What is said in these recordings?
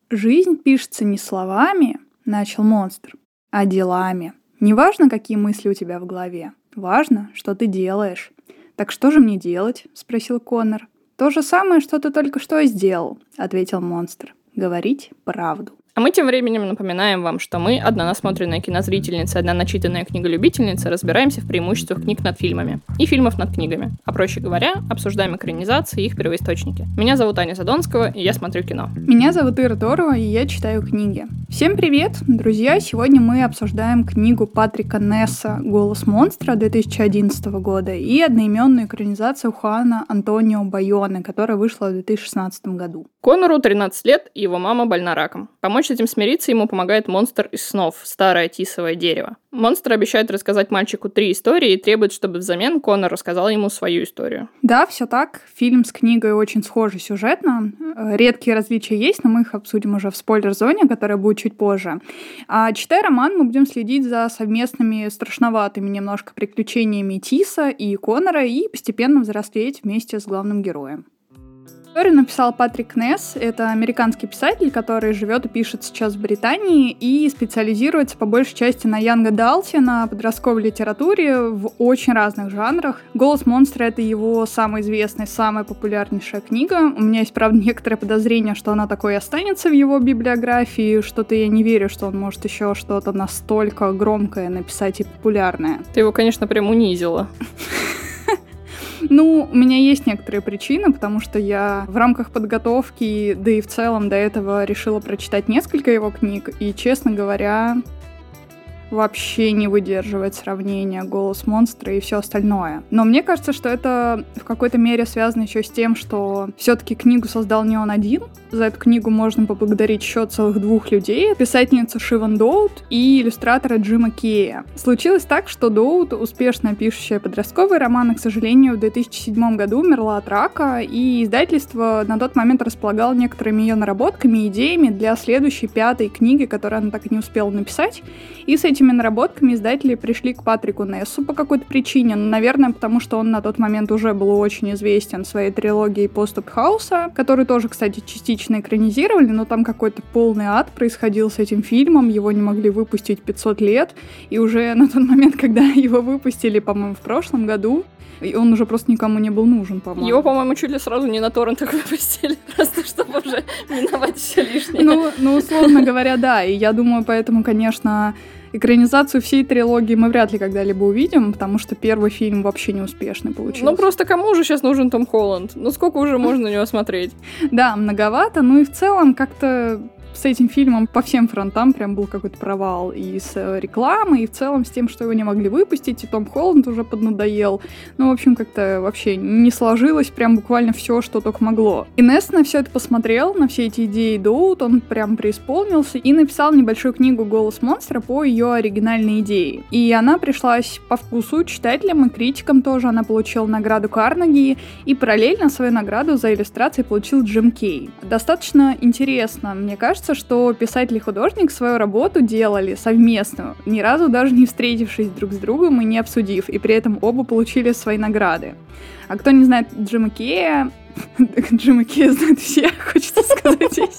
«Жизнь пишется не словами, — начал монстр, — а делами. Неважно, какие мысли у тебя в голове. Важно, что ты делаешь». «Так что же мне делать?» — спросил Коннор. «То же самое, что ты только что сделал», — ответил монстр. «Говорить правду». А мы тем временем напоминаем вам, что мы, одна насмотренная кинозрительница, одна начитанная книголюбительница, разбираемся в преимуществах книг над фильмами и фильмов над книгами. А проще говоря, обсуждаем экранизации и их первоисточники. Меня зовут Аня Задонского, и я смотрю кино. Меня зовут Ира Торова, и я читаю книги. Всем привет, друзья! Сегодня мы обсуждаем книгу Патрика Несса «Голос монстра» 2011 года и одноименную экранизацию Хуана Антонио Байоне, которая вышла в 2016 году. Коннору 13 лет, и его мама больна раком. Помочь с этим смириться ему помогает монстр из снов, старое тисовое дерево. Монстр обещает рассказать мальчику 3 истории и требует, чтобы взамен Коннор рассказал ему свою историю. Да, все так. Фильм с книгой очень схожий сюжетно. Редкие различия есть, но мы их обсудим уже в спойлер-зоне, которая будет чуть позже. А читая роман, мы будем следить за совместными страшноватыми немножко приключениями Тиса и Коннора и постепенно взрослеть вместе с главным героем. Историю написал Патрик Несс. Это американский писатель, который живет и пишет сейчас в Британии и специализируется по большей части на янг адалте, на подростковой литературе в очень разных жанрах. «Голос монстра» — это его самая известная, самая популярнейшая книга. У меня есть, правда, некоторое подозрение, что она такой и останется в его библиографии. Что-то я не верю, что он может еще что-то настолько громкое написать и популярное. Ты его, конечно, прям унизила. Ну, у меня есть некоторые причины, потому что я в рамках подготовки, да и в целом до этого решила прочитать несколько его книг, и, честно говоря, вообще не выдерживает сравнения «Голос монстра» и все остальное. Но мне кажется, что это в какой-то мере связано еще с тем, что все-таки книгу создал не он один. За эту книгу можно поблагодарить еще целых 2 людей. Писательницу Шиван Доут и иллюстратора Джима Кея. Случилось так, что Доут, успешно пишущая подростковые романы, к сожалению, в 2007 году умерла от рака, и издательство на тот момент располагало некоторыми ее наработками и идеями для следующей 5-й книги, которую она так и не успела написать. И с этими наработками издатели пришли к Патрику Нессу по какой-то причине. Наверное, потому что он на тот момент уже был очень известен своей трилогией «Постап-хауса», которую тоже, кстати, частично экранизировали, но там какой-то полный ад происходил с этим фильмом, его не могли выпустить 500 лет, и уже на тот момент, когда его выпустили, по-моему, в прошлом году, и он уже просто никому не был нужен, по-моему. Его, по-моему, чуть ли сразу не на торрентах выпустили, просто чтобы уже миновать все лишнее. Ну, условно говоря, да, и я думаю, поэтому, конечно, экранизацию всей трилогии мы вряд ли когда-либо увидим, потому что первый фильм вообще неуспешный получился. Ну просто кому же сейчас нужен Том Холланд? Ну сколько уже можно на него смотреть? Да, многовато, ну и в целом как-то с этим фильмом по всем фронтам прям был какой-то провал и с рекламой, и в целом с тем, что его не могли выпустить, и Том Холланд уже поднадоел. Ну, в общем, как-то вообще не сложилось прям буквально все, что только могло. И Несс на все это посмотрел, на все эти идеи Доут, он прям преисполнился и написал небольшую книгу «Голос монстра» по ее оригинальной идее. И она пришлась по вкусу читателям и критикам тоже. Она получила награду Карнеги, и параллельно свою награду за иллюстрации получил Джим Кей. Достаточно интересно, мне кажется, что писатель и художник свою работу делали совместно, ни разу даже не встретившись друг с другом и не обсудив, и при этом оба получили свои награды. А кто не знает Джима Кея, Джима Кея знают все, хочется сказать здесь.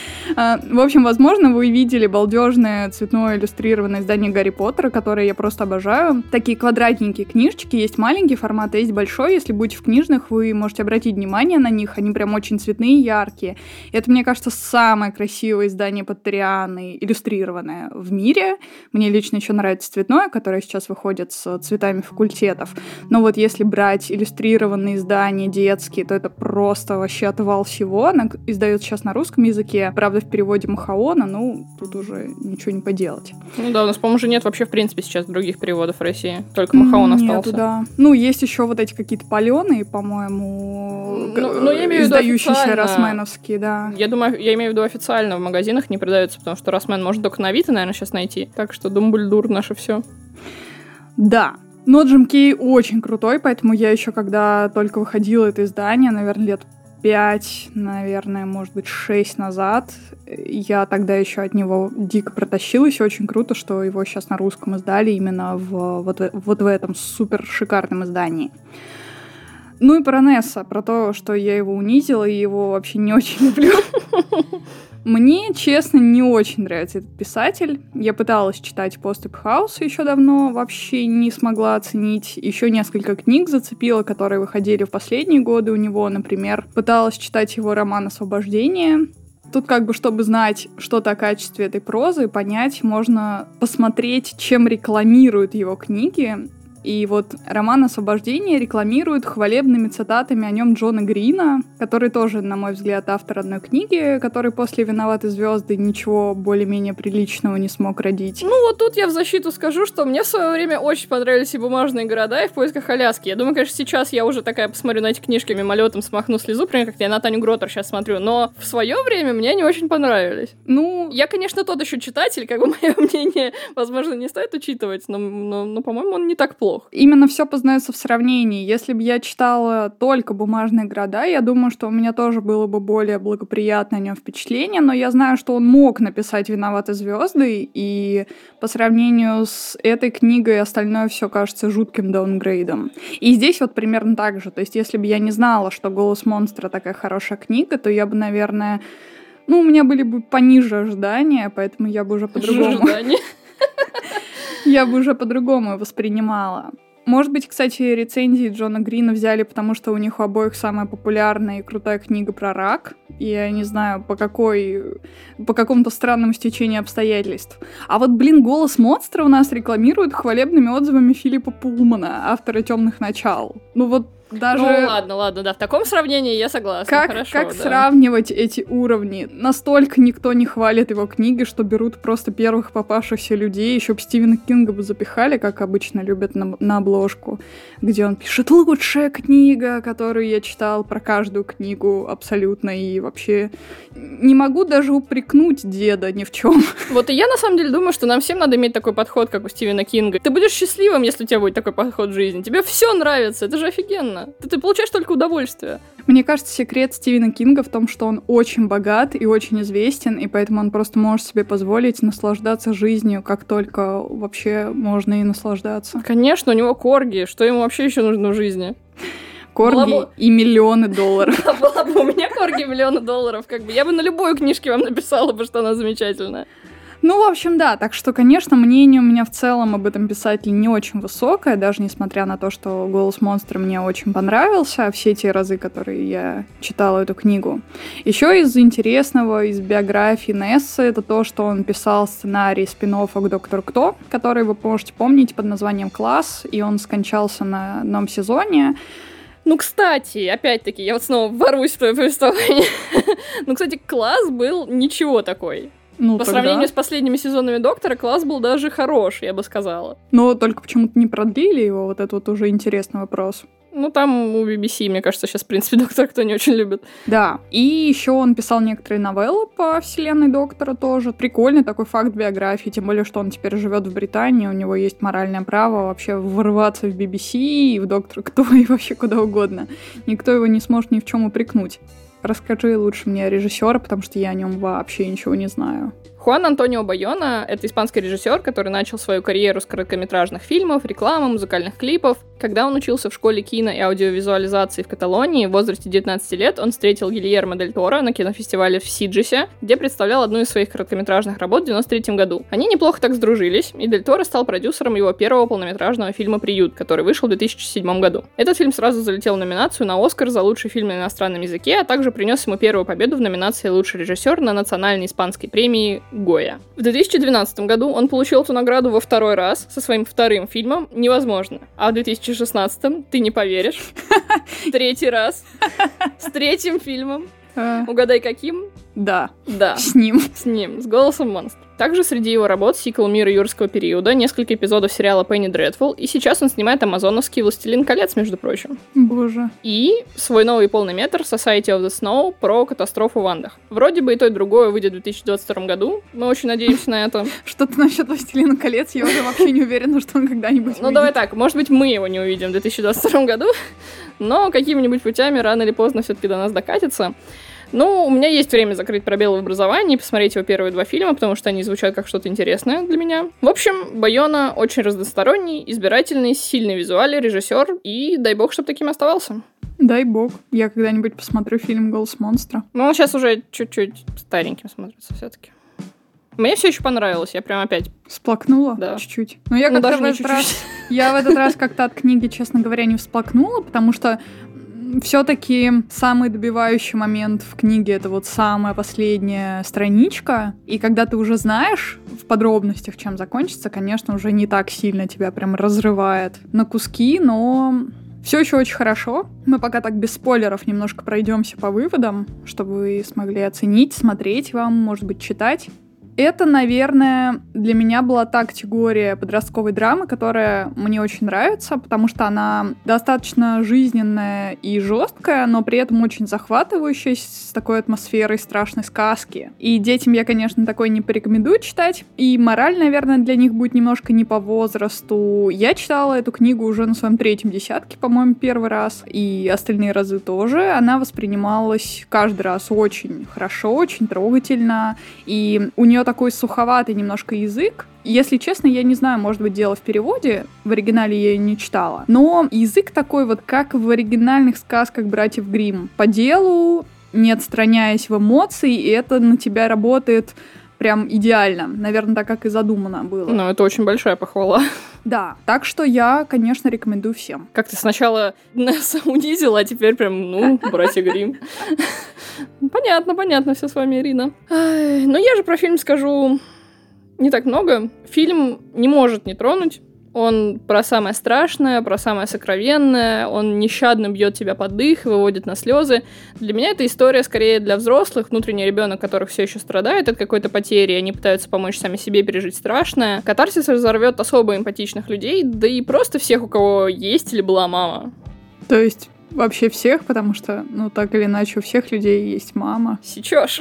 В общем, возможно, вы видели балдежное цветное иллюстрированное издание Гарри Поттера, которое я просто обожаю. Такие квадратненькие книжечки, есть маленький формат, а есть большой. Если будете в книжных, вы можете обратить внимание на них, они прям очень цветные и яркие. Это, мне кажется, самое красивое издание Поттерианы, иллюстрированное в мире. Мне лично еще нравится цветное, которое сейчас выходит с цветами факультетов. Но вот если брать иллюстрированные издания детские, то это просто вообще отвал всего. Она издается сейчас на русском языке, правда, в переводе Махаона, ну, тут уже ничего не поделать. Ну да, у нас, по-моему, же нет вообще, в принципе, сейчас других переводов в России, только Махаон остался. Да. Ну, есть еще вот эти какие-то паленые, по-моему, издающиеся росменовские, да. Я думаю, я имею в виду официально, в магазинах не продаются, потому что Росмен можно только на Авито, наверное, сейчас найти. Так что Думблдур наше все. Да. Но Джим Кей очень крутой, поэтому я еще, когда только выходило это издание, наверное, лет 5, наверное, может быть, 6 назад, я тогда еще от него дико протащилась. Очень круто, что его сейчас на русском издали именно вот в этом супер шикарном издании. Ну и про Несса, про то, что я его унизила и его вообще не очень люблю. Мне, честно, не очень нравится этот писатель. Я пыталась читать «Пост Эпхауса» еще давно, вообще не смогла оценить. Еще несколько книг зацепила, которые выходили в последние годы у него, например. Пыталась читать его роман «Освобождение». Тут как бы, чтобы знать что-то о качестве этой прозы, понять, можно посмотреть, чем рекламируют его книги. И вот роман «Освобождение» рекламирует хвалебными цитатами о нем Джона Грина, который тоже, на мой взгляд, автор одной книги, который после «Виноваты звезды» ничего более-менее приличного не смог родить. Ну, вот тут я в защиту скажу, что мне в свое время очень понравились и «Бумажные города», и «В поисках Аляски». Я думаю, конечно, сейчас я уже такая посмотрю на эти книжки, мимолетом смахну слезу, примерно как я на Таню Гротер сейчас смотрю, но в свое время мне они очень понравились. Ну, я, конечно, тот еще читатель, как бы мое мнение, возможно, не стоит учитывать, но по-моему, он не так плох. Именно все познается в сравнении. Если бы я читала только «Бумажные города», я думаю, что у меня тоже было бы более благоприятное о нем впечатление, но я знаю, что он мог написать «Виноваты звезды», и по сравнению с этой книгой остальное все кажется жутким даунгрейдом. И здесь вот примерно так же. То есть если бы я не знала, что «Голос монстра» такая хорошая книга, то я бы, наверное... у меня были бы пониже ожидания, поэтому я бы уже по-другому... Я бы уже по-другому воспринимала. Может быть, кстати, рецензии Джона Грина взяли, потому что у них у обоих самая популярная и крутая книга про рак. И я не знаю, по какому-то странному стечению обстоятельств. А вот, «Голос монстра» у нас рекламируют хвалебными отзывами Филиппа Пулмана, автора «Темных начал». Даже... ладно, да, в таком сравнении я согласна. Как сравнивать эти уровни? Настолько никто не хвалит его книги, что берут просто первых попавшихся людей. Еще бы Стивена Кинга бы запихали, как обычно любят на обложку, где он пишет: лучшая книга, которую я читал, про каждую книгу абсолютно. И вообще не могу даже упрекнуть деда ни в чем. Вот и я на самом деле думаю, что нам всем надо иметь такой подход, как у Стивена Кинга. Ты будешь счастливым, если у тебя будет такой подход в жизни. Тебе все нравится, это же офигенно. Ты получаешь только удовольствие. Мне кажется, секрет Стивена Кинга в том, что он очень богат и очень известен, и поэтому он просто может себе позволить наслаждаться жизнью, как только вообще можно и наслаждаться. Конечно, у него корги. Что ему вообще еще нужно в жизни? Корги и миллионы долларов. Была бы у меня корги миллионы долларов, я бы на любой книжке вам написала бы, что она замечательная. В общем, да, так что, конечно, мнение у меня в целом об этом писателе не очень высокое, даже несмотря на то, что «Голос монстра» мне очень понравился, все те разы, которые я читала эту книгу. Еще из интересного, из биографии Нессы, это то, что он писал сценарий спин-оффа к «Доктор Кто», который вы можете помнить под названием «Класс», и он скончался на одном сезоне. Кстати, опять-таки, я вот снова ворвусь в твое повествование. Кстати, «Класс» был ничего такой. По сравнению с последними сезонами «Доктора», «Класс» был даже хорош, я бы сказала. Но только почему-то не продлили его, вот это вот уже интересный вопрос. Там у BBC, мне кажется, сейчас, в принципе, «Доктор» кто не очень любит. Да, и еще он писал некоторые новеллы по вселенной «Доктора» тоже. Прикольный такой факт биографии, тем более, что он теперь живет в Британии, у него есть моральное право вообще ворваться в BBC и в «Доктора Кто» и вообще куда угодно. Никто его не сможет ни в чем упрекнуть. Расскажи лучше мне режиссера, потому что я о нем вообще ничего не знаю. Хуан Антонио Байона — это испанский режиссер, который начал свою карьеру с короткометражных фильмов, рекламы, музыкальных клипов. Когда он учился в школе кино и аудиовизуализации в Каталонии, в возрасте 19 лет он встретил Гильермо дель Торо на кинофестивале в Сиджесе, где представлял одну из своих короткометражных работ в 1993 году. Они неплохо так сдружились, и дель Торо стал продюсером его первого полнометражного фильма «Приют», который вышел в 2007 году. Этот фильм сразу залетел в номинацию на «Оскар» за лучший фильм на иностранном языке, а также принес ему первую победу в номинации «Лучший режиссер» на национальной испанской премии Гоя. В 2012 году он получил эту награду во второй раз со своим вторым фильмом «Невозможно». А в 2016-м, ты не поверишь, третий раз с третьим фильмом. Угадай, каким? Да. С ним, с «Голосом монстра». Также среди его работ сиквел «Мира юрского периода», несколько эпизодов сериала «Пенни Дредфул», и сейчас он снимает амазоновский «Властелин колец», между прочим. Боже. И свой новый полный метр «Society of the Snow» про катастрофу в Андах. Вроде бы и то, и другое выйдет в 2022 году. Мы очень надеемся на это. Что-то насчет «Властелина колец», я уже вообще не уверена, что он когда-нибудь выйдет. Давай так, может быть, мы его не увидим в 2022 году, но какими-нибудь путями рано или поздно все-таки до нас докатится. У меня есть время закрыть пробелы в образовании и посмотреть его первые два фильма, потому что они звучат как что-то интересное для меня. В общем, Байона очень разносторонний, избирательный, сильный визуальный режиссер, и дай бог, чтобы таким оставался. Дай бог, я когда-нибудь посмотрю фильм «Голос монстра». Ну, он сейчас уже чуть-чуть стареньким смотрится все-таки. Мне все еще понравилось, я прям опять... Всплакнула? Да. Чуть-чуть. Но я даже не я в этот раз как-то от книги, честно говоря, не всплакнула, потому что все-таки самый добивающий момент в книге — это вот самая последняя страничка. И когда ты уже знаешь в подробностях, чем закончится, конечно, уже не так сильно тебя прям разрывает на куски, но все еще очень хорошо. Мы пока так без спойлеров немножко пройдемся по выводам, чтобы вы смогли оценить, смотреть вам, может быть, читать. Это, наверное, для меня была та категория подростковой драмы, которая мне очень нравится, потому что она достаточно жизненная и жесткая, но при этом очень захватывающая, с такой атмосферой страшной сказки. И детям я, конечно, такой не порекомендую читать. И мораль, наверное, для них будет немножко не по возрасту. Я читала эту книгу уже на своем 3-м десятке, по-моему, первый раз, и остальные разы тоже. Она воспринималась каждый раз очень хорошо, очень трогательно, и у нее такой суховатый немножко язык. Если честно, я не знаю, может быть, дело в переводе. В оригинале я ее не читала. Но язык такой вот, как в оригинальных сказках братьев Гримм. По делу, не отстраняясь в эмоции, и это на тебя работает прям идеально. Наверное, так, как и задумано было. Ну, это очень большая похвала. Да, так что я, конечно, рекомендую всем. Как ты сначала нас унизила, а теперь прям, братья Гримм. Понятно, все с вами, Ирина. Но я же про фильм скажу не так много. Фильм не может не тронуть. Он про самое страшное, про самое сокровенное, он нещадно бьет тебя под дых, выводит на слезы. Для меня эта история скорее для взрослых, внутренний ребенок, которых все еще страдает от какой-то потери, они пытаются помочь сами себе пережить страшное. Катарсис разорвет особо эмпатичных людей, да и просто всех, у кого есть или была мама. То есть вообще всех, потому что, так или иначе, у всех людей есть мама. Сечёшь.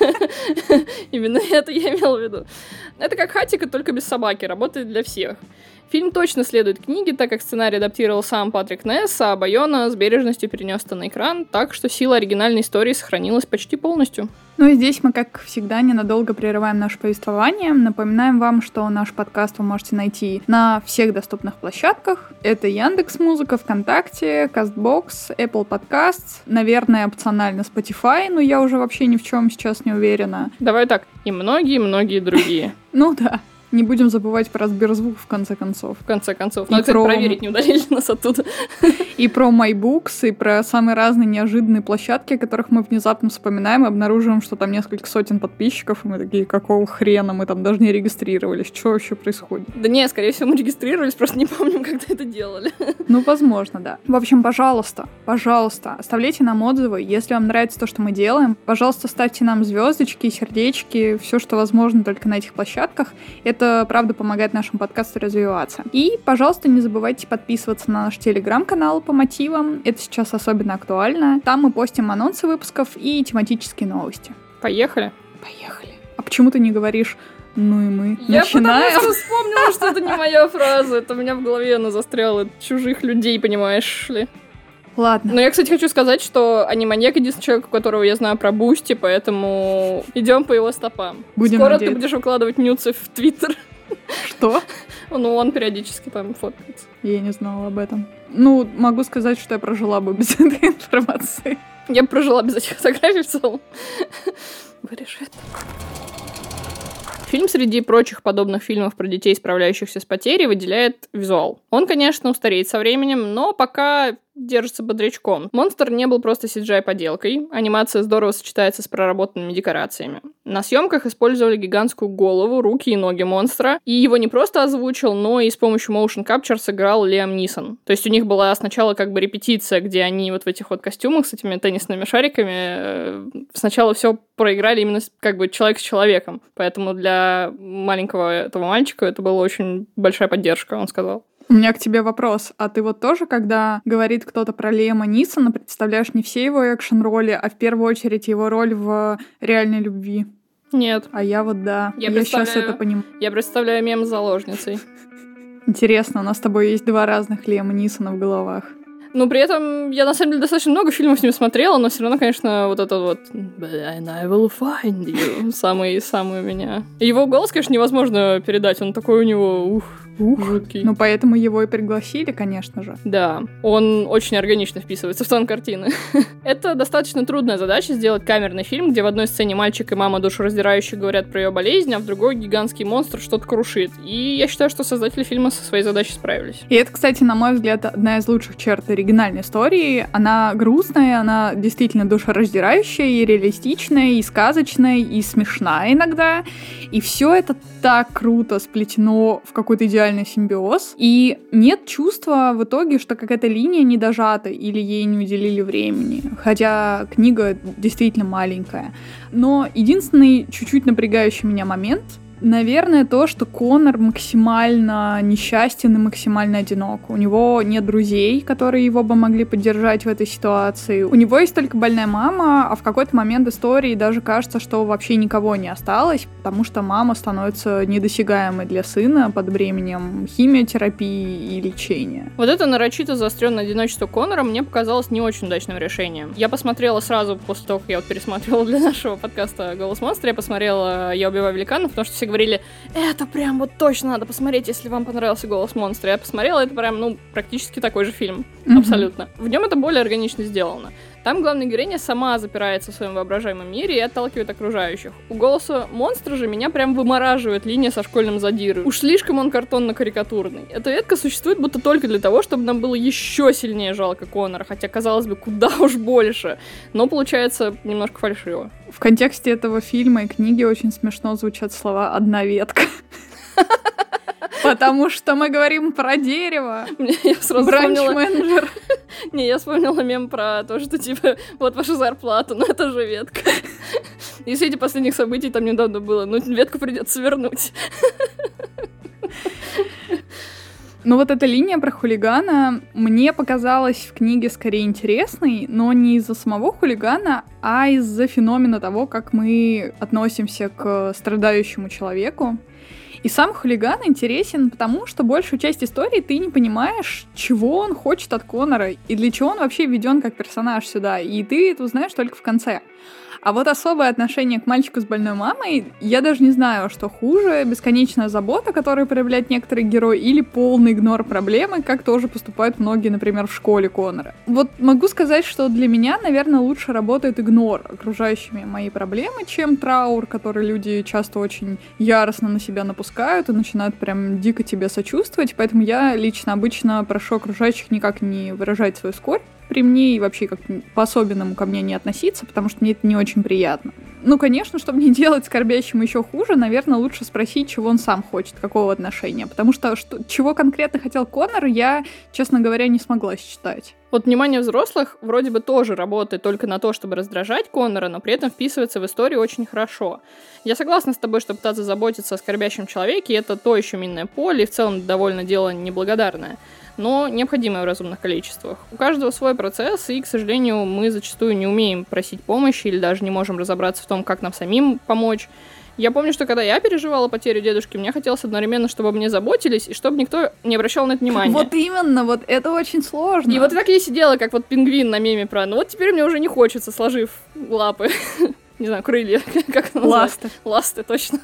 Именно это я имела в виду. Это как Хатико, только без собаки, работает для всех. Фильм точно следует книге, так как сценарий адаптировал сам Патрик Несс, а Байона с бережностью перенес это на экран, так что сила оригинальной истории сохранилась почти полностью. Ну и здесь мы, как всегда, ненадолго прерываем наше повествование. Напоминаем вам, что наш подкаст вы можете найти на всех доступных площадках. Это Яндекс.Музыка, ВКонтакте, Castbox, Apple Podcasts, наверное, опционально Spotify, но я уже вообще ни в чем сейчас не уверена. Давай так, и многие-многие другие. Ну да. Не будем забывать про Сберзвук, в конце концов. В конце концов. Надо, кстати, проверить, не удалили нас оттуда. И про MyBooks, и про самые разные неожиданные площадки, о которых мы внезапно вспоминаем и обнаруживаем, что там несколько сотен подписчиков, и мы такие, какого хрена, мы там даже не регистрировались. Что вообще происходит? Да не, скорее всего, мы регистрировались, просто не помним, когда это делали. Ну, возможно, да. В общем, пожалуйста, оставляйте нам отзывы, если вам нравится то, что мы делаем. Пожалуйста, ставьте нам звездочки, сердечки, все, что возможно только на этих площадках. Это правда помогает нашему подкасту развиваться. И, пожалуйста, не забывайте подписываться на наш телеграм-канал по мотивам. Это сейчас особенно актуально. Там мы постим анонсы выпусков и тематические новости. Поехали? Поехали. А почему ты не говоришь «ну и мы начинаем»? Я потому что вспомнила, что это не моя фраза. Это у меня в голове она застряла. Чужих людей, понимаешь ли. Ладно. Но я, кстати, хочу сказать, что Аниманьяк — единственный человек, у которого я знаю про Бусти, поэтому идем по его стопам. Будем Скоро надеяться. Ты будешь выкладывать нюцы в Твиттер. Что? Ну, он периодически там фоткается. Я не знала об этом. Могу сказать, что я прожила бы без этой информации. Я бы прожила без этих фотографий в целом. Вырежу это. Фильм среди прочих подобных фильмов про детей, справляющихся с потерей, выделяет визуал. Он, конечно, устареет со временем, но пока держится бодрячком. Монстр не был просто CGI-поделкой. Анимация здорово сочетается с проработанными декорациями. На съемках использовали гигантскую голову, руки и ноги монстра. И его не просто озвучил, но и с помощью motion capture сыграл Лиам Нисон. То есть у них была сначала как бы репетиция, где они вот в этих вот костюмах с этими теннисными шариками сначала все проиграли именно как бы человек с человеком. Поэтому для маленького этого мальчика это была очень большая поддержка, он сказал. У меня к тебе вопрос. А ты вот тоже, когда говорит кто-то про Лиама Нисона, представляешь не все его экшн-роли, а в первую очередь его роль в «Реальной любви»? Нет. А я вот да. Я сейчас это понимаю. Я представляю мем с заложницей. Интересно, у нас с тобой есть два разных Лиама Нисона в головах. Ну, при этом я, на самом деле, достаточно много фильмов с ним смотрела, но все равно, конечно, вот этот вот «And I will find you» самый у меня. Его голос, конечно, невозможно передать, он такой у него, Жуткий. Ну, поэтому его и пригласили, конечно же. Да, он очень органично вписывается в тон картины. Это достаточно трудная задача — сделать камерный фильм, где в одной сцене мальчик и мама душераздирающе говорят про ее болезнь, а в другой гигантский монстр что-то крушит. И я считаю, что создатели фильма со своей задачей справились. И это, кстати, на мой взгляд, одна из лучших черт оригинальной истории. Она грустная, она действительно душераздирающая, и реалистичная, и сказочная, и смешная иногда. И все это так круто сплетено в какой-то идеальный симбиоз. И нет чувства в итоге, что какая-то линия не дожата или ей не уделили времени. Хотя книга действительно маленькая. Но единственный чуть-чуть напрягающий меня момент, наверное, то, что Коннор максимально несчастен и максимально одинок. У него нет друзей, которые его бы могли поддержать в этой ситуации. У него есть только больная мама, а в какой-то момент истории даже кажется, что вообще никого не осталось, потому что мама становится недосягаемой для сына под бременем химиотерапии и лечения. Вот это нарочито заостренное одиночество Коннора мне показалось не очень удачным решением. Я посмотрела сразу после того, как я пересматривала для нашего подкаста «Голос монстра», я посмотрела «Я убиваю великанов», потому что все говорили, это прям вот точно надо посмотреть, если вам понравился «Голос монстра». Я посмотрела, это прям, практически такой же фильм. Абсолютно. В нем это более органично сделано. Там главная героиня сама запирается в своем воображаемом мире и отталкивает окружающих. У «Голоса монстра» же меня прям вымораживает линия со школьным задирой. Уж слишком он картонно-карикатурный. Эта ветка существует будто только для того, чтобы нам было еще сильнее жалко Коннора, хотя, казалось бы, куда уж больше. Но получается немножко фальшиво. В контексте этого фильма и книги очень смешно звучат слова «одна ветка». Потому что мы говорим про дерево. Я сразу бранч-менеджер. Не, я вспомнила мем про то, что типа, вот ваша зарплата, но это же ветка. И среди последних событий там недавно было, ветку придется вернуть. Ну вот эта линия про хулигана мне показалась в книге скорее интересной, но не из-за самого хулигана, а из-за феномена того, как мы относимся к страдающему человеку. И сам хулиган интересен, потому что большую часть истории ты не понимаешь, чего он хочет от Коннора, и для чего он вообще введен как персонаж сюда, и ты это узнаешь только в конце. А вот особое отношение к мальчику с больной мамой, я даже не знаю, что хуже, бесконечная забота, которую проявляют некоторые герои, или полный игнор проблемы, как тоже поступают многие, например, в школе Коннора. Вот могу сказать, что для меня, наверное, лучше работает игнор окружающими мои проблемы, чем траур, который люди часто очень яростно на себя напускают и начинают прям дико тебе сочувствовать, поэтому я лично обычно прошу окружающих никак не выражать свою скорбь при мне и вообще как по-особенному ко мне не относиться, потому что мне это не очень приятно. Ну, конечно, чтобы не делать скорбящему еще хуже, наверное, лучше спросить, чего он сам хочет, какого отношения. Потому что чего конкретно хотел Коннор, я, честно говоря, не смогла считать. Вот внимание взрослых вроде бы тоже работает только на то, чтобы раздражать Коннора, но при этом вписывается в историю очень хорошо. Я согласна с тобой, что пытаться заботиться о скорбящем человеке — это то еще минное поле, и в целом довольно дело неблагодарное, но необходимое в разумных количествах. У каждого свой процесс, и, к сожалению, мы зачастую не умеем просить помощи или даже не можем разобраться в том, как нам самим помочь. Я помню, что когда я переживала потерю дедушки, мне хотелось одновременно, чтобы обо мне заботились, и чтобы никто не обращал на это внимания. Вот именно, вот это очень сложно. И вот так я сидела, как вот пингвин на меме про «ну вот теперь мне уже не хочется», сложив лапы, не знаю, крылья, как это называется? Ласты, точно.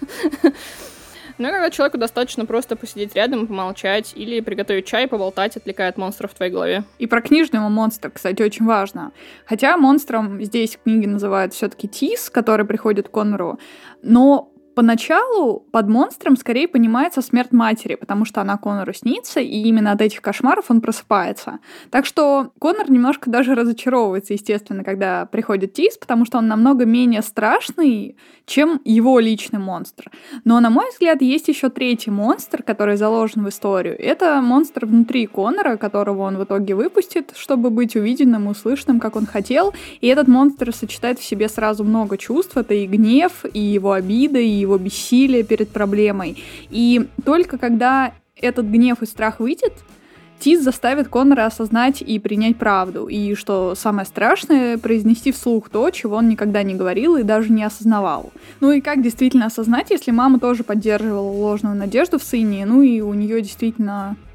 Но когда человеку достаточно просто посидеть рядом, помолчать или приготовить чай, поболтать, отвлекая от монстров в твоей голове. И про книжного монстра, кстати, очень важно. Хотя монстром здесь в книге называют все-таки Тис, который приходит к Коннору, но поначалу под монстром скорее понимается смерть матери, потому что она Коннору снится, и именно от этих кошмаров он просыпается. Так что Коннор немножко даже разочаровывается, естественно, когда приходит Тис, потому что он намного менее страшный, чем его личный монстр. Но, на мой взгляд, есть еще третий монстр, который заложен в историю. Это монстр внутри Коннора, которого он в итоге выпустит, чтобы быть увиденным и услышанным, как он хотел. И этот монстр сочетает в себе сразу много чувств. Это и гнев, и его обида, и его бессилие перед проблемой. И только когда этот гнев и страх выйдет, Тис заставит Коннора осознать и принять правду. И что самое страшное, произнести вслух то, чего он никогда не говорил и даже не осознавал. Ну и как действительно осознать, если мама тоже поддерживала ложную надежду в сыне, ну и у нее действительно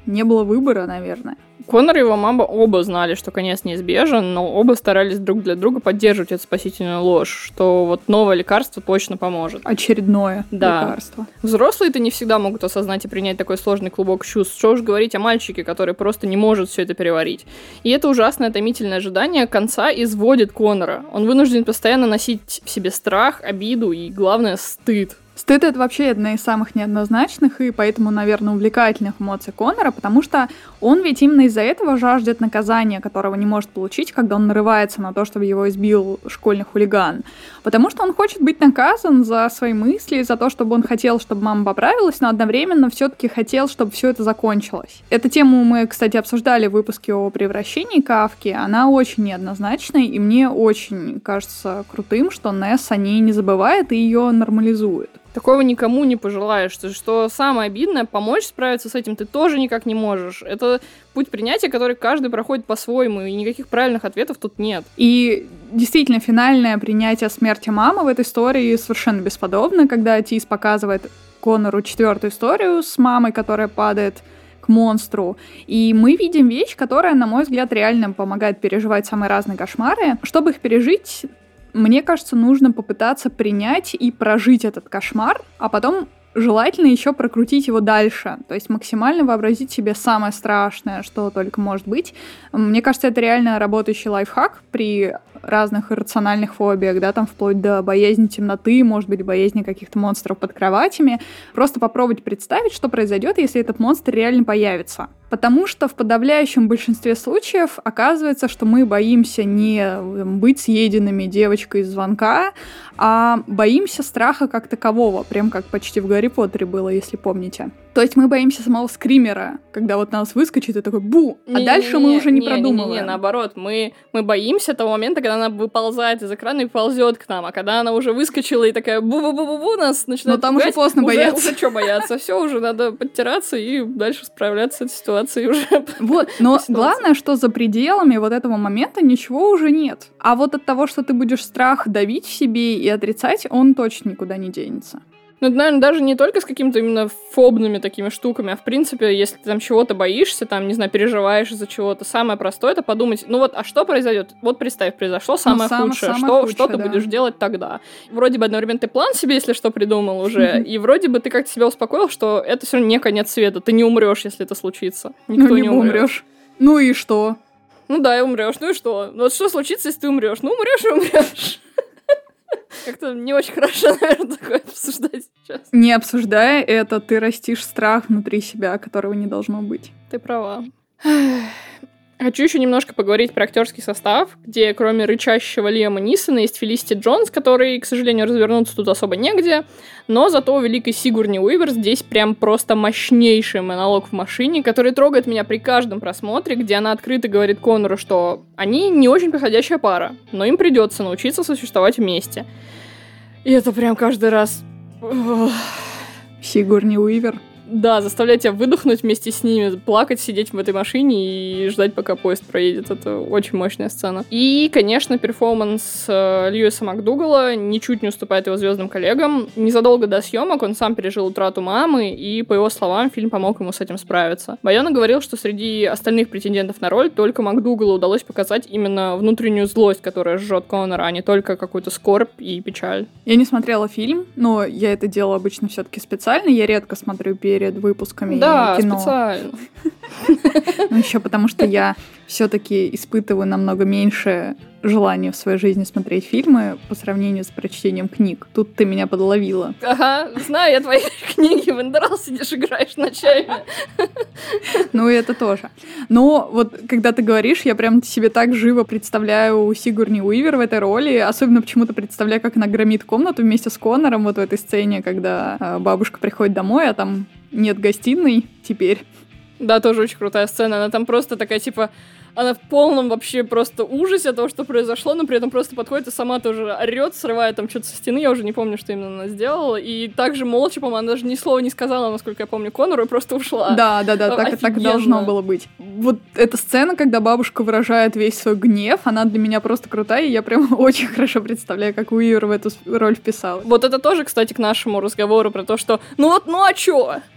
не было выбора, наверное. Конор и его мама оба знали, что конец неизбежен, но оба старались друг для друга поддерживать эту спасительную ложь, что вот новое лекарство точно поможет. Очередное лекарство. Взрослые-то не всегда могут осознать и принять такой сложный клубок чувств. Что уж говорить о мальчике, который просто не может все это переварить. И это ужасное томительное ожидание конца изводит Конора. Он вынужден постоянно носить в себе страх, обиду и, главное, стыд. Стыд — это вообще одна из самых неоднозначных и поэтому, наверное, увлекательных эмоций Конора, потому что он ведь именно из-за этого жаждет наказания, которого не может получить, когда он нарывается на то, чтобы его избил школьный хулиган. Потому что он хочет быть наказан за свои мысли, за то, чтобы он хотел, чтобы мама поправилась, но одновременно все-таки хотел, чтобы все это закончилось. Эту тему мы, кстати, обсуждали в выпуске о превращении Кафки. Она очень неоднозначная, и мне очень кажется крутым, что Несс о ней не забывает и ее нормализует. Такого никому не пожелаешь. Что самое обидное, помочь справиться с этим ты тоже никак не можешь. Это путь принятия, который каждый проходит по-своему, и никаких правильных ответов тут нет. И действительно, финальное принятие смерти мамы в этой истории совершенно бесподобно, когда Тис показывает Конору 4-ю историю с мамой, которая падает к монстру. И мы видим вещь, которая, на мой взгляд, реально помогает переживать самые разные кошмары. Чтобы их пережить, мне кажется, нужно попытаться принять и прожить этот кошмар, а потом желательно еще прокрутить его дальше. То есть максимально вообразить себе самое страшное, что только может быть. Мне кажется, это реально работающий лайфхак при разных иррациональных фобиях, да, там вплоть до боязни темноты, может быть, боязни каких-то монстров под кроватями. Просто попробовать представить, что произойдет, если этот монстр реально появится. Потому что в подавляющем большинстве случаев оказывается, что мы боимся не быть съеденными девочкой из звонка, а боимся страха как такового, прям как почти в Гарри Поттере было, если помните. То есть мы боимся самого скримера, когда вот нас выскочит и такой бу, а дальше мы уже не продумываем. Наоборот, мы боимся того момента, когда она выползает из экрана и ползет к нам, а когда она уже выскочила и такая бу-бу-бу-бу-бу, нас начинает пугать. Но там уже поздно бояться. Уже что бояться? Все, уже надо подтираться и дальше справляться с этой ситуацией уже. Вот, но главное, что за пределами вот этого момента ничего уже нет. А вот от того, что ты будешь страх давить в себе и отрицать, он точно никуда не денется. Ну, наверное, даже не только с какими-то именно фобными такими штуками, а в принципе, если ты там чего-то боишься, там, не знаю, переживаешь из-за чего-то, самое простое — это подумать, ну вот, а что произойдет? Вот представь, произошло самое худшее, что ты будешь делать тогда? Вроде бы одновременно ты план себе, если что, придумал уже, и вроде бы ты как-то себя успокоил, что это все равно не конец света, ты не умрешь, если это случится. Никто не умрешь. Ну и что? Ну да, и умрешь. Ну и что? Ну вот что случится, если ты умрешь? Ну умрешь и умрешь. Как-то не очень хорошо, наверное, такое обсуждать сейчас. Не обсуждая это, ты растишь страх внутри себя, которого не должно быть. Ты права. Хочу еще немножко поговорить про актерский состав, где кроме рычащего Лиама Нисона есть Фелисити Джонс, который, к сожалению, развернуться тут особо негде, но зато у великой Сигурни Уивер здесь прям просто мощнейший монолог в машине, который трогает меня при каждом просмотре, где она открыто говорит Конору, что они не очень подходящая пара, но им придется научиться существовать вместе. И это прям каждый раз... Сигурни Уивер. Да, заставлять тебя выдохнуть вместе с ними, плакать, сидеть в этой машине и ждать, пока поезд проедет. Это очень мощная сцена. И, конечно, перформанс Льюиса МакДугала ничуть не уступает его звездным коллегам. Незадолго до съемок он сам пережил утрату мамы, и, по его словам, фильм помог ему с этим справиться. Байона говорил, что среди остальных претендентов на роль только МакДугалу удалось показать именно внутреннюю злость, которая жжет Конора, а не только какую-то скорбь и печаль. Я не смотрела фильм, но я это делала обычно все-таки специально. Я редко смотрю перед выпусками кино. Да, специально. Ну, еще потому что я все-таки испытываю намного меньше желания в своей жизни смотреть фильмы по сравнению с прочтением книг. Тут ты меня подловила. Ага, знаю, я твои книги в Эндерал сидишь, играешь ночами. Ну, и это тоже. Но вот, когда ты говоришь, я прям себе так живо представляю Сигурни Уивер в этой роли, особенно почему-то представляю, как она громит комнату вместе с Конором вот в этой сцене, когда бабушка приходит домой, а там нет гостиной теперь. Да, тоже очень крутая сцена. Она там просто такая, типа, она в полном вообще просто ужасе от того, что произошло, но при этом просто подходит и сама тоже орёт, срывает там что-то со стены, я уже не помню, что именно она сделала, и также молча, по-моему, она даже ни слова не сказала, насколько я помню, Конору, и просто ушла. Да, так и должно было быть. Вот эта сцена, когда бабушка выражает весь свой гнев, она для меня просто крутая, и я прям очень хорошо представляю, как Уивер в эту роль вписалась. Вот это тоже, кстати, к нашему разговору про то, что ну а чё?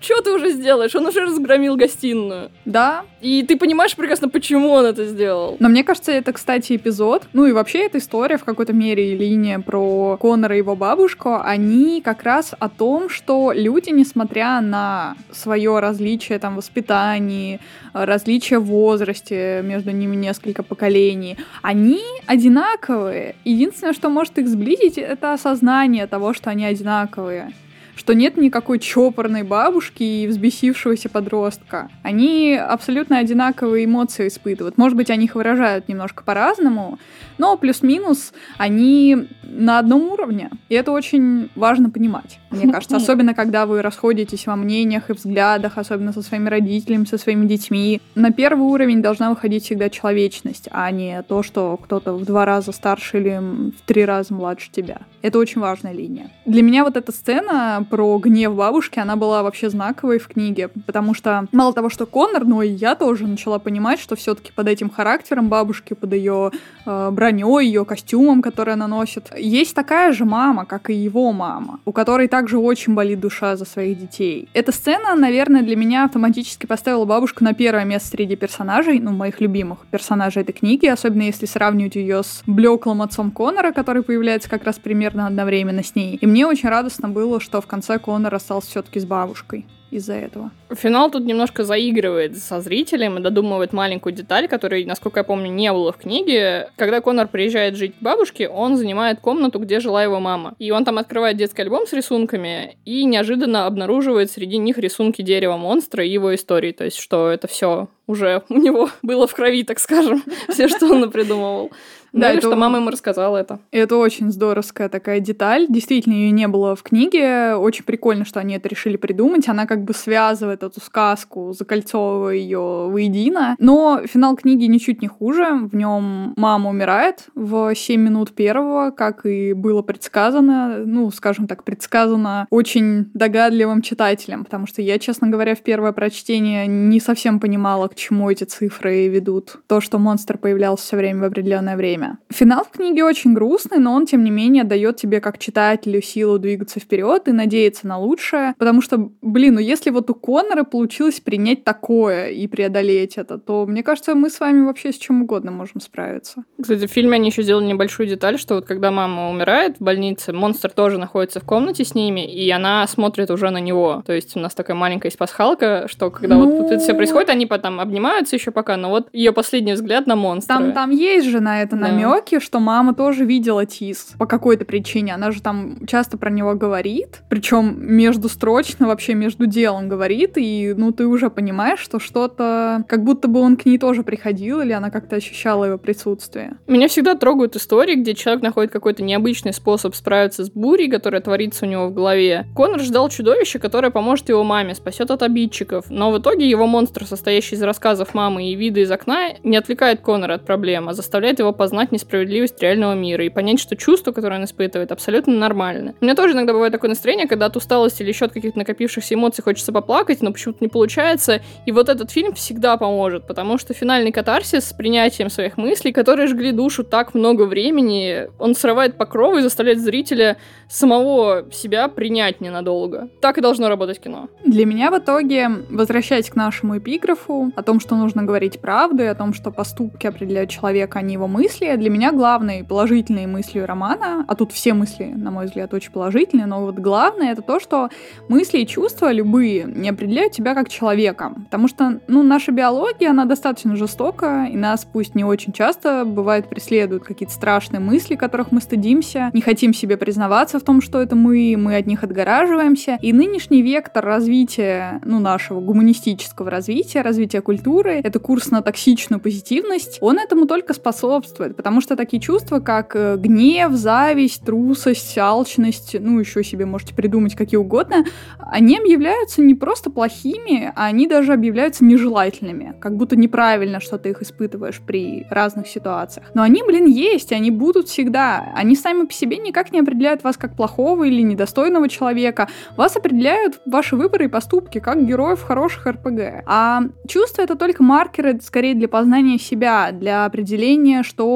что ты уже сделаешь? Он уже разгромил гостиную. Да. И ты понимаешь прекрасно, почему он это сделал. Но мне кажется, это, кстати, эпизод, ну и вообще эта история в какой-то мере и линия про Коннора и его бабушку, они как раз о том, что люди, несмотря на свое различие там в воспитании, различие в возрасте, между ними несколько поколений, они одинаковые. Единственное, что может их сблизить, это осознание того, что они одинаковые. Что нет никакой чопорной бабушки и взбесившегося подростка. Они абсолютно одинаковые эмоции испытывают. Может быть, они их выражают немножко по-разному, но плюс-минус они на одном уровне. И это очень важно понимать, мне кажется. Особенно, когда вы расходитесь во мнениях и взглядах, особенно со своими родителями, со своими детьми. На первый уровень должна выходить всегда человечность, а не то, что кто-то в 2 раза старше или в 3 раза младше тебя. Это очень важная линия. Для меня вот эта сцена про гнев бабушки, она была вообще знаковой в книге, потому что мало того, что Коннор, но и я тоже начала понимать, что все-таки под этим характером бабушки, под ее броней, ее костюмом, который она носит, есть такая же мама, как и его мама, у которой также очень болит душа за своих детей. Эта сцена, наверное, для меня автоматически поставила бабушку на первое место среди персонажей, ну, моих любимых персонажей этой книги, особенно если сравнивать ее с блеклым отцом Коннора, который появляется как раз примерно одновременно с ней. И мне очень радостно было, что в конце Коннор остался все-таки с бабушкой из-за этого. Финал тут немножко заигрывает со зрителем и додумывает маленькую деталь, которой, насколько я помню, не было в книге. Когда Коннор приезжает жить к бабушке, он занимает комнату, где жила его мама. И он там открывает детский альбом с рисунками и неожиданно обнаруживает среди них рисунки дерева монстра и его истории. То есть, что это все уже у него было в крови, так скажем, все, что он напридумывал. Да, или что мама ему рассказала это. Это очень здоровская такая деталь. Действительно, ее не было в книге. Очень прикольно, что они это решили придумать. Она как бы связывает эту сказку, закольцовывая ее воедино. Но финал книги ничуть не хуже. В нем мама умирает в 7 минут первого, как и было предсказано. Ну, скажем так, предсказано очень догадливым читателям, потому что я, честно говоря, в первое прочтение не совсем понимала, к чему эти цифры ведут. То, что монстр появлялся все время в определенное время. Финал в книге очень грустный, но он, тем не менее, дает тебе как читателю силу двигаться вперед и надеяться на лучшее. Потому что, ну если вот у Коннора получилось принять такое и преодолеть это, то, мне кажется, мы с вами вообще с чем угодно можем справиться. Кстати, в фильме они еще сделали небольшую деталь, что вот когда мама умирает в больнице, монстр тоже находится в комнате с ними, и она смотрит уже на него. То есть у нас такая маленькая есть пасхалка, что когда вот это все происходит, они потом обнимаются еще пока, но вот ее последний взгляд на монстра. Там есть же на это намеки, что мама тоже видела Тис по какой-то причине. Она же там часто про него говорит, причем междустрочно, вообще между делом говорит, и ты уже понимаешь, что что-то, как будто бы он к ней тоже приходил, или она как-то ощущала его присутствие. Меня всегда трогают истории, где человек находит какой-то необычный способ справиться с бурей, которая творится у него в голове. Коннор ждал чудовища, которое поможет его маме, спасет от обидчиков, но в итоге его монстр, состоящий из рассказов мамы и вида из окна, не отвлекает Коннора от проблем, а заставляет его познать несправедливость реального мира и понять, что чувство, которое он испытывает, абсолютно нормально. У меня тоже иногда бывает такое настроение, когда от усталости или еще от каких-то накопившихся эмоций хочется поплакать, но почему-то не получается. И вот этот фильм всегда поможет, потому что финальный катарсис с принятием своих мыслей, которые жгли душу так много времени, он срывает покровы и заставляет зрителя самого себя принять ненадолго. Так и должно работать кино. Для меня в итоге, возвращаясь к нашему эпиграфу, о том, что нужно говорить правду, и о том, что поступки определяют человека, а не его мысли, для меня главной положительной мыслью романа, а тут все мысли, на мой взгляд, очень положительные, но вот главное это то, что мысли и чувства любые не определяют тебя как человека, потому что, наша биология, она достаточно жестока, и нас, пусть не очень часто, бывает преследуют какие-то страшные мысли, которых мы стыдимся, не хотим себе признаваться в том, что это мы от них отгораживаемся, и нынешний вектор развития, нашего гуманистического развития культуры, это курс на токсичную позитивность, он этому только способствует, потому что такие чувства, как гнев, зависть, трусость, алчность, еще себе можете придумать какие угодно, они объявляются не просто плохими, а они даже объявляются нежелательными, как будто неправильно, что ты их испытываешь при разных ситуациях. Но они, есть, и они будут всегда. Они сами по себе никак не определяют вас как плохого или недостойного человека. Вас определяют ваши выборы и поступки, как героев хороших РПГ. А чувства — это только маркеры, скорее, для познания себя, для определения, что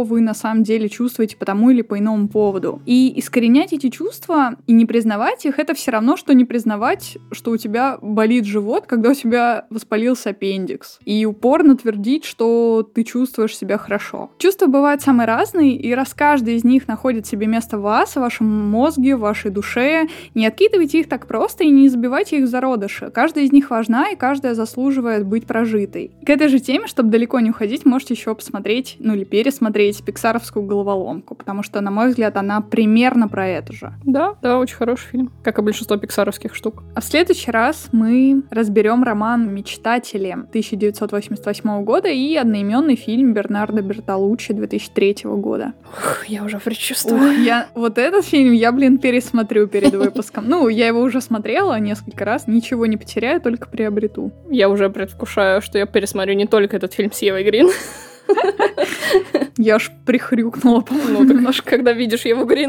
вы на самом деле чувствуете по тому или по иному поводу. И искоренять эти чувства и не признавать их, это все равно, что не признавать, что у тебя болит живот, когда у тебя воспалился аппендикс. И упорно твердить, что ты чувствуешь себя хорошо. Чувства бывают самые разные, и раз каждый из них находит себе место в вас, в вашем мозге, в вашей душе, не откидывайте их так просто и не забивайте их в зародыши. Каждая из них важна, и каждая заслуживает быть прожитой. К этой же теме, чтобы далеко не уходить, можете еще посмотреть, или пересмотреть пиксаровскую головоломку, потому что, на мой взгляд, она примерно про это же. Да, очень хороший фильм, как и большинство пиксаровских штук. А в следующий раз мы разберем роман «Мечтатели» 1988 года и одноименный фильм Бернардо Бертолуччи 2003 года. Я уже предчувствую. Вот этот фильм я, пересмотрю перед выпуском. Я его уже смотрела несколько раз, ничего не потеряю, только приобрету. Я уже предвкушаю, что я пересмотрю не только этот фильм с Евой Грин. Я аж прихрюкнула, по-моему. Немножко, когда видишь Еву Грин.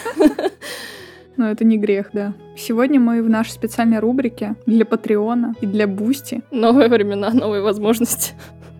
Но это не грех, да. Сегодня мы в нашей специальной рубрике для Патреона и для Бусти. Новые времена, новые возможности.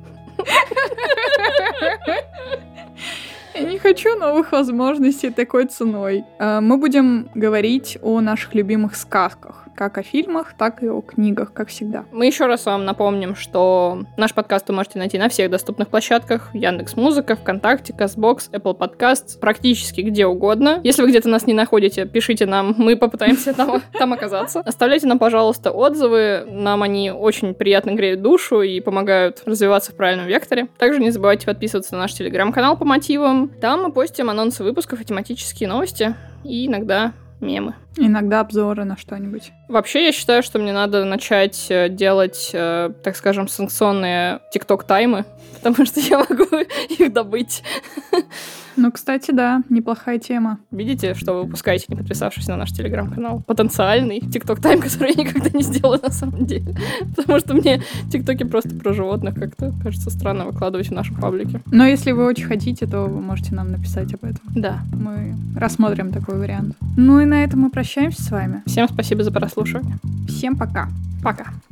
Я не хочу новых возможностей такой ценой. Мы будем говорить о наших любимых сказках. Как о фильмах, так и о книгах, как всегда. Мы еще раз вам напомним, что наш подкаст вы можете найти на всех доступных площадках. Яндекс.Музыка, ВКонтакте, Castbox, Apple Podcasts, практически где угодно. Если вы где-то нас не находите, пишите нам, мы попытаемся там оказаться. Оставляйте нам, пожалуйста, отзывы. Нам они очень приятно греют душу и помогают развиваться в правильном векторе. Также не забывайте подписываться на наш телеграм-канал по мотивам. Там мы постим анонсы выпусков и тематические новости. И иногда мемы. Иногда обзоры на что-нибудь. Вообще, я считаю, что мне надо начать делать, так скажем, санкционные тикток-таймы, потому что я могу их добыть. Кстати, да, неплохая тема. Видите, что вы выпускаете, не подписавшись на наш телеграм-канал? Потенциальный тикток-тайм, который я никогда не сделаю на самом деле. Потому что мне тиктоки просто про животных как-то кажется странно выкладывать в нашем паблике. Но если вы очень хотите, то вы можете нам написать об этом. Да. Мы рассмотрим такой вариант. И на этом мы прощаемся с вами. Всем спасибо за прослушивание. Всем пока. Пока.